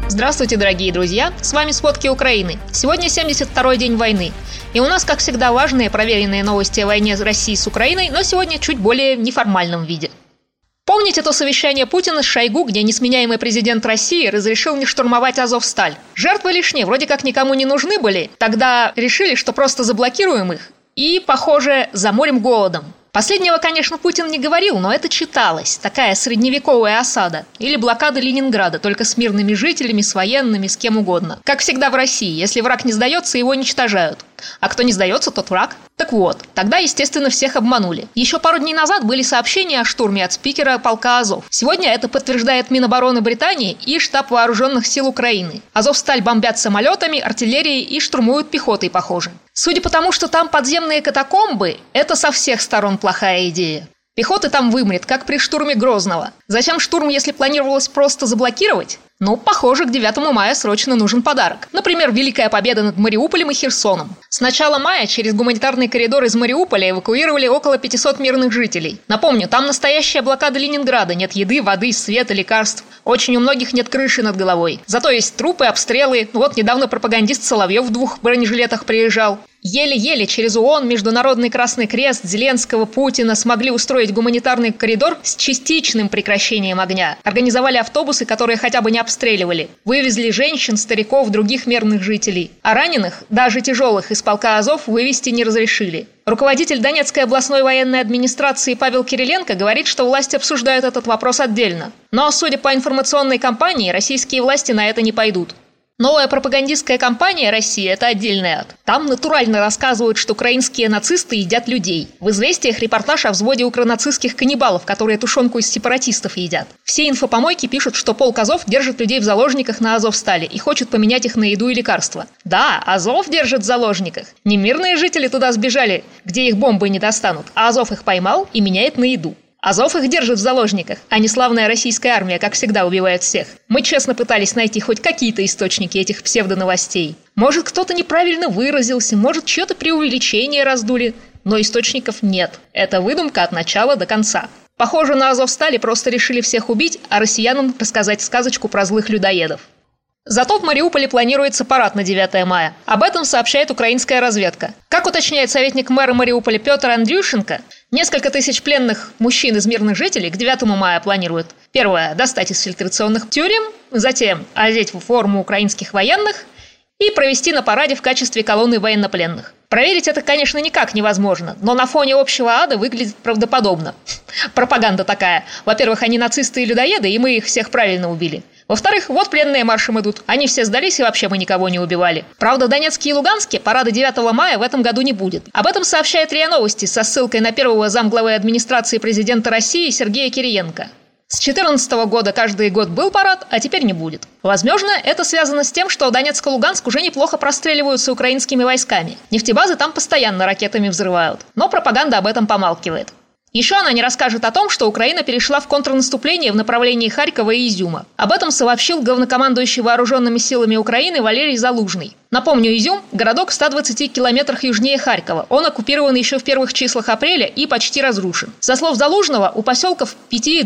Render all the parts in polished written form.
Здравствуйте, дорогие друзья! С вами «Сводки Украины». Сегодня 72-й день войны. И у нас, как всегда, важные проверенные новости о войне России с Украиной, но сегодня чуть более неформальном виде. Помните то совещание Путина с Шойгу, где несменяемый президент России разрешил не штурмовать Азовсталь? Жертвы лишние, вроде как никому не нужны были. Тогда решили, что просто заблокируем их и, похоже, заморим голодом. Последнего, конечно, Путин не говорил, но это читалось. Такая средневековая осада. Или блокада Ленинграда, только с мирными жителями, с военными, с кем угодно. Как всегда в России. Если враг не сдается, его уничтожают. А кто не сдается, тот враг. Так вот, тогда, естественно, всех обманули. Еще пару дней назад были сообщения о штурме от спикера полка Азов. Сегодня это подтверждает Минобороны Британии и штаб вооруженных сил Украины. Азовсталь бомбят самолетами, артиллерией и штурмуют пехотой, похоже. Судя по тому, что там подземные катакомбы, это со всех сторон плохая идея. Пехоты там вымрет, как при штурме Грозного. Зачем штурм, если планировалось просто заблокировать? Ну, похоже, к 9 мая срочно нужен подарок. Например, Великая Победа над Мариуполем и Херсоном. С начала мая через гуманитарный коридор из Мариуполя эвакуировали около 500 мирных жителей. Напомню, там настоящая блокада Ленинграда. Нет еды, воды, света, лекарств. Очень у многих нет крыши над головой. Зато есть трупы, обстрелы. Вот недавно пропагандист Соловьев в 2 бронежилетах приезжал. Еле-еле через ООН, Международный Красный Крест, Зеленского, Путина смогли устроить гуманитарный коридор с частичным прекращением огня. Организовали автобусы, которые хотя бы не обстреливали. Вывезли женщин, стариков, других мирных жителей. А раненых, даже тяжелых, из полка Азов вывести не разрешили. Руководитель Донецкой областной военной администрации Павел Кириленко говорит, что власти обсуждают этот вопрос отдельно. Но, судя по информационной кампании, российские власти на это не пойдут. Новая пропагандистская кампания России – это отдельный ад. Там натурально рассказывают, что украинские нацисты едят людей. В «Известиях» репортаж о взводе укронацистских каннибалов, которые тушенку из сепаратистов едят. Все инфопомойки пишут, что полк Азов держит людей в заложниках на Азовстале и хочет поменять их на еду и лекарства. Да, Азов держит в заложниках. Не мирные жители туда сбежали, где их бомбы не достанут, а Азов их поймал и меняет на еду. Азов их держит в заложниках, а не славная российская армия, как всегда, убивает всех. Мы честно пытались найти хоть какие-то источники этих псевдоновостей. Может, кто-то неправильно выразился, может, чье-то преувеличение раздули, но источников нет. Это выдумка от начала до конца. Похоже, на Азовстале просто решили всех убить, а россиянам рассказать сказочку про злых людоедов. Зато в Мариуполе планируется парад на 9 мая. Об этом сообщает украинская разведка. Как уточняет советник мэра Мариуполя Петр Андрющенко, несколько тысяч пленных мужчин из мирных жителей к 9 мая планируют: первое – достать из фильтрационных тюрем, затем одеть в форму украинских военных и провести на параде в качестве колонны военнопленных. Проверить это, конечно, никак невозможно, но на фоне общего ада выглядит правдоподобно. Пропаганда такая. Во-первых, они нацисты и людоеды, и мы их всех правильно убили. Во-вторых, вот пленные маршем идут. Они все сдались, и вообще мы никого не убивали. Правда, в Донецке и Луганске парада 9 мая в этом году не будет. Об этом сообщает РИА Новости со ссылкой на первого замглавы администрации президента России Сергея Кириенко. С 2014 года каждый год был парад, а теперь не будет. Возможно, это связано с тем, что Донецк и Луганск уже неплохо простреливаются украинскими войсками. Нефтебазы там постоянно ракетами взрывают. Но пропаганда об этом помалкивает. Еще она не расскажет о том, что Украина перешла в контрнаступление в направлении Харькова и Изюма. Об этом сообщил главнокомандующий вооруженными силами Украины Валерий Залужный. Напомню, Изюм – городок в 120 километрах южнее Харькова. Он оккупирован еще в первых числах апреля и почти разрушен. Со слов Залужного, у поселка в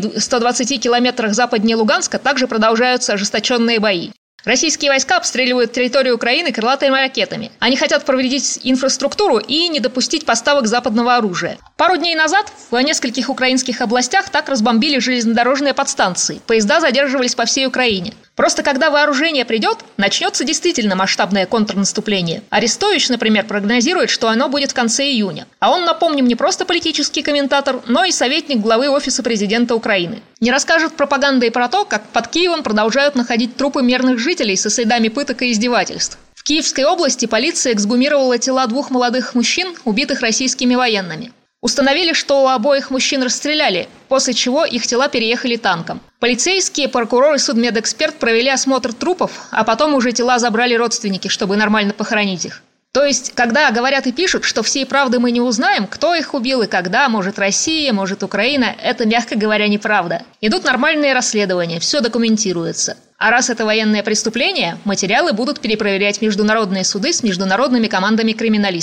5-120 километрах западнее Луганска также продолжаются ожесточенные бои. Российские войска обстреливают территорию Украины крылатыми ракетами. Они хотят повредить инфраструктуру и не допустить поставок западного оружия. Пару дней назад в нескольких украинских областях так разбомбили железнодорожные подстанции. Поезда задерживались по всей Украине. Просто когда вооружение придет, начнется действительно масштабное контрнаступление. Арестович, например, прогнозирует, что оно будет в конце июня. А он, напомним, не просто политический комментатор, но и советник главы Офиса президента Украины. Не расскажет пропаганда и про то, как под Киевом продолжают находить трупы мирных жителей со следами пыток и издевательств. В Киевской области полиция эксгумировала тела 2 молодых мужчин, убитых российскими военными. Установили, что у обоих мужчин расстреляли, после чего их тела переехали танком. Полицейские, прокурор и судмедэксперт провели осмотр трупов, а потом уже тела забрали родственники, чтобы нормально похоронить их. То есть, когда говорят и пишут, что всей правды мы не узнаем, кто их убил и когда, может Россия, может Украина, это, мягко говоря, неправда. Идут нормальные расследования, все документируется. А раз это военное преступление, материалы будут перепроверять международные суды с международными командами криминалистов.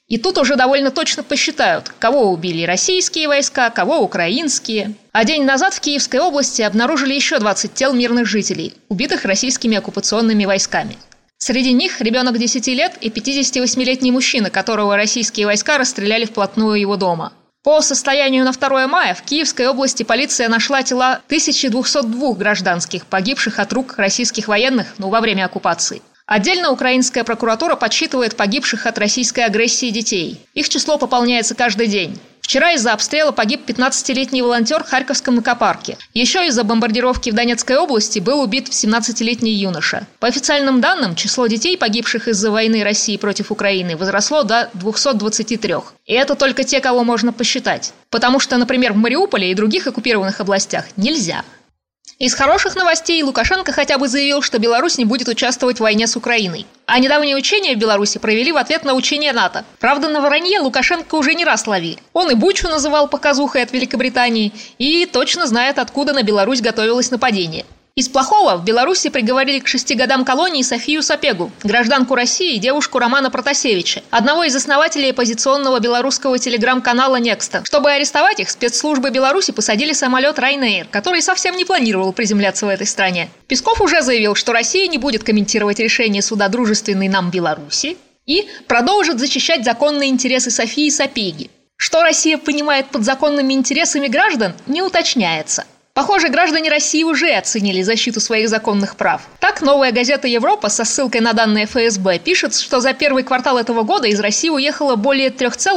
И тут уже довольно точно посчитают, кого убили российские войска, кого украинские. А день назад в Киевской области обнаружили еще 20 тел мирных жителей, убитых российскими оккупационными войсками. Среди них ребенок 10 лет и 58-летний мужчина, которого российские войска расстреляли вплотную его дома. По состоянию на 2 мая в Киевской области полиция нашла тела 1202 гражданских, погибших от рук российских военных, во время оккупации. Отдельно украинская прокуратура подсчитывает погибших от российской агрессии детей. Их число пополняется каждый день. Вчера из-за обстрела погиб 15-летний волонтер в Харьковском экопарке. Еще из-за бомбардировки в Донецкой области был убит 17-летний юноша. По официальным данным, число детей, погибших из-за войны России против Украины, возросло до 223. И это только те, кого можно посчитать. Потому что, например, в Мариуполе и других оккупированных областях нельзя. Из хороших новостей Лукашенко хотя бы заявил, что Беларусь не будет участвовать в войне с Украиной. А недавние учения в Беларуси провели в ответ на учения НАТО. Правда, на вранье Лукашенко уже не раз ловили. Он и Бучу называл показухой от Великобритании и точно знает, откуда на Беларусь готовилось нападение. Из плохого в Беларуси приговорили к 6 годам колонии Софию Сапегу, гражданку России и девушку Романа Протасевича, одного из основателей оппозиционного белорусского телеграм-канала «Некста». Чтобы арестовать их, спецслужбы Беларуси посадили самолет Ryanair, который совсем не планировал приземляться в этой стране. Песков уже заявил, что Россия не будет комментировать решение суда дружественной нам Беларуси и продолжит защищать законные интересы Софии Сапеги. Что Россия понимает под законными интересами граждан, не уточняется. Похоже, граждане России уже оценили защиту своих законных прав. Так, новая газета «Европа» со ссылкой на данные ФСБ пишет, что за первый квартал этого года из России уехало более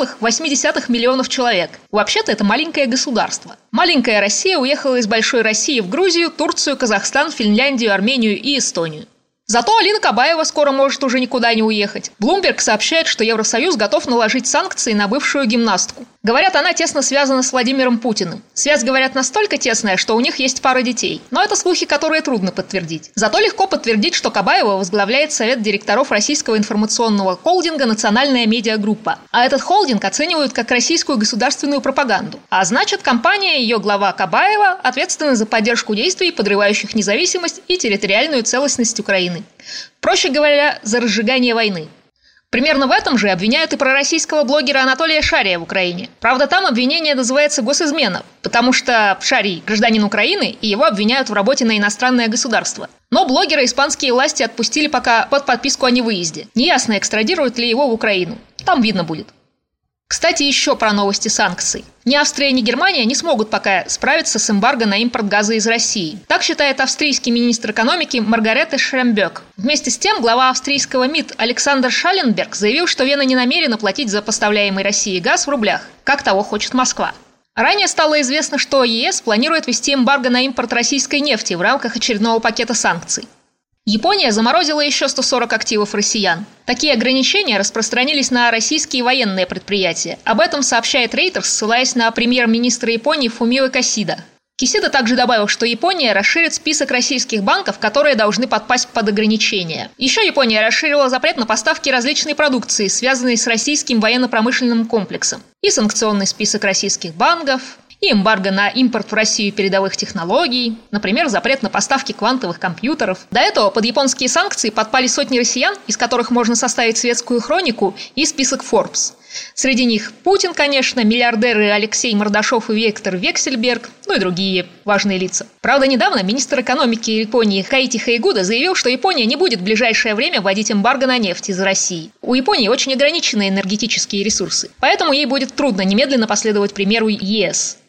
3,8 миллионов человек. Вообще-то это маленькое государство. Маленькая Россия уехала из большой России в Грузию, Турцию, Казахстан, Финляндию, Армению и Эстонию. Зато Алина Кабаева скоро может уже никуда не уехать. Bloomberg сообщает, что Евросоюз готов наложить санкции на бывшую гимнастку. Говорят, она тесно связана с Владимиром Путиным. Связь, говорят, настолько тесная, что у них есть пара детей. Но это слухи, которые трудно подтвердить. Зато легко подтвердить, что Кабаева возглавляет совет директоров российского информационного холдинга «Национальная медиагруппа». А этот холдинг оценивают как российскую государственную пропаганду. А значит, компания и ее глава Кабаева ответственны за поддержку действий, подрывающих независимость и территориальную целостность Украины. Проще говоря, за разжигание войны. Примерно в этом же обвиняют и пророссийского блогера Анатолия Шария в Украине. Правда, там обвинение называется госизмена, потому что Шарий – гражданин Украины, и его обвиняют в работе на иностранное государство. Но блогера испанские власти отпустили пока под подписку о невыезде. Неясно, экстрадируют ли его в Украину. Там видно будет. Кстати, еще про новости санкций. Ни Австрия, ни Германия не смогут пока справиться с эмбарго на импорт газа из России. Так считает австрийский министр экономики Маргарете Шрембек. Вместе с тем, глава австрийского МИД Александр Шалленберг заявил, что Вена не намерена платить за поставляемый России газ в рублях, как того хочет Москва. Ранее стало известно, что ЕС планирует ввести эмбарго на импорт российской нефти в рамках очередного пакета санкций. Япония заморозила еще 140 активов россиян. Такие ограничения распространились на российские военные предприятия. Об этом сообщает Reuters, ссылаясь на премьер-министра Японии Фумио Кисида. Кисида также добавил, что Япония расширит список российских банков, которые должны подпасть под ограничения. Еще Япония расширила запрет на поставки различной продукции, связанной с российским военно-промышленным комплексом. И санкционный список российских банков, и эмбарго на импорт в Россию передовых технологий, например, запрет на поставки квантовых компьютеров. До этого под японские санкции подпали сотни россиян, из которых можно составить светскую хронику и список Forbes. Среди них Путин, конечно, миллиардеры Алексей Мордашов и Виктор Вексельберг, и другие важные лица. Правда, недавно министр экономики Японии Каити Хаигуда заявил, что Япония не будет в ближайшее время вводить эмбарго на нефть из России. У Японии очень ограниченные энергетические ресурсы, поэтому ей будет трудно немедленно последовать примеру ЕС.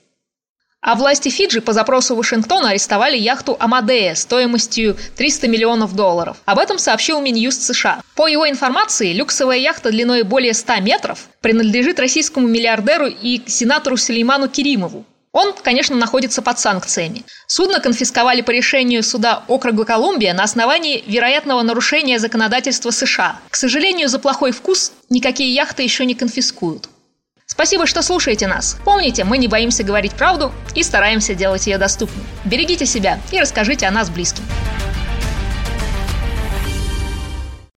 А власти Фиджи по запросу Вашингтона арестовали яхту «Амадея» стоимостью $300 миллионов. Об этом сообщил Минюст США. По его информации, люксовая яхта длиной более 100 метров принадлежит российскому миллиардеру и сенатору Сулейману Керимову. Он, конечно, находится под санкциями. Судно конфисковали по решению суда округа Колумбия на основании вероятного нарушения законодательства США. К сожалению, за плохой вкус никакие яхты еще не конфискуют. Спасибо, что слушаете нас. Помните, мы не боимся говорить правду и стараемся делать ее доступной. Берегите себя и расскажите о нас близким.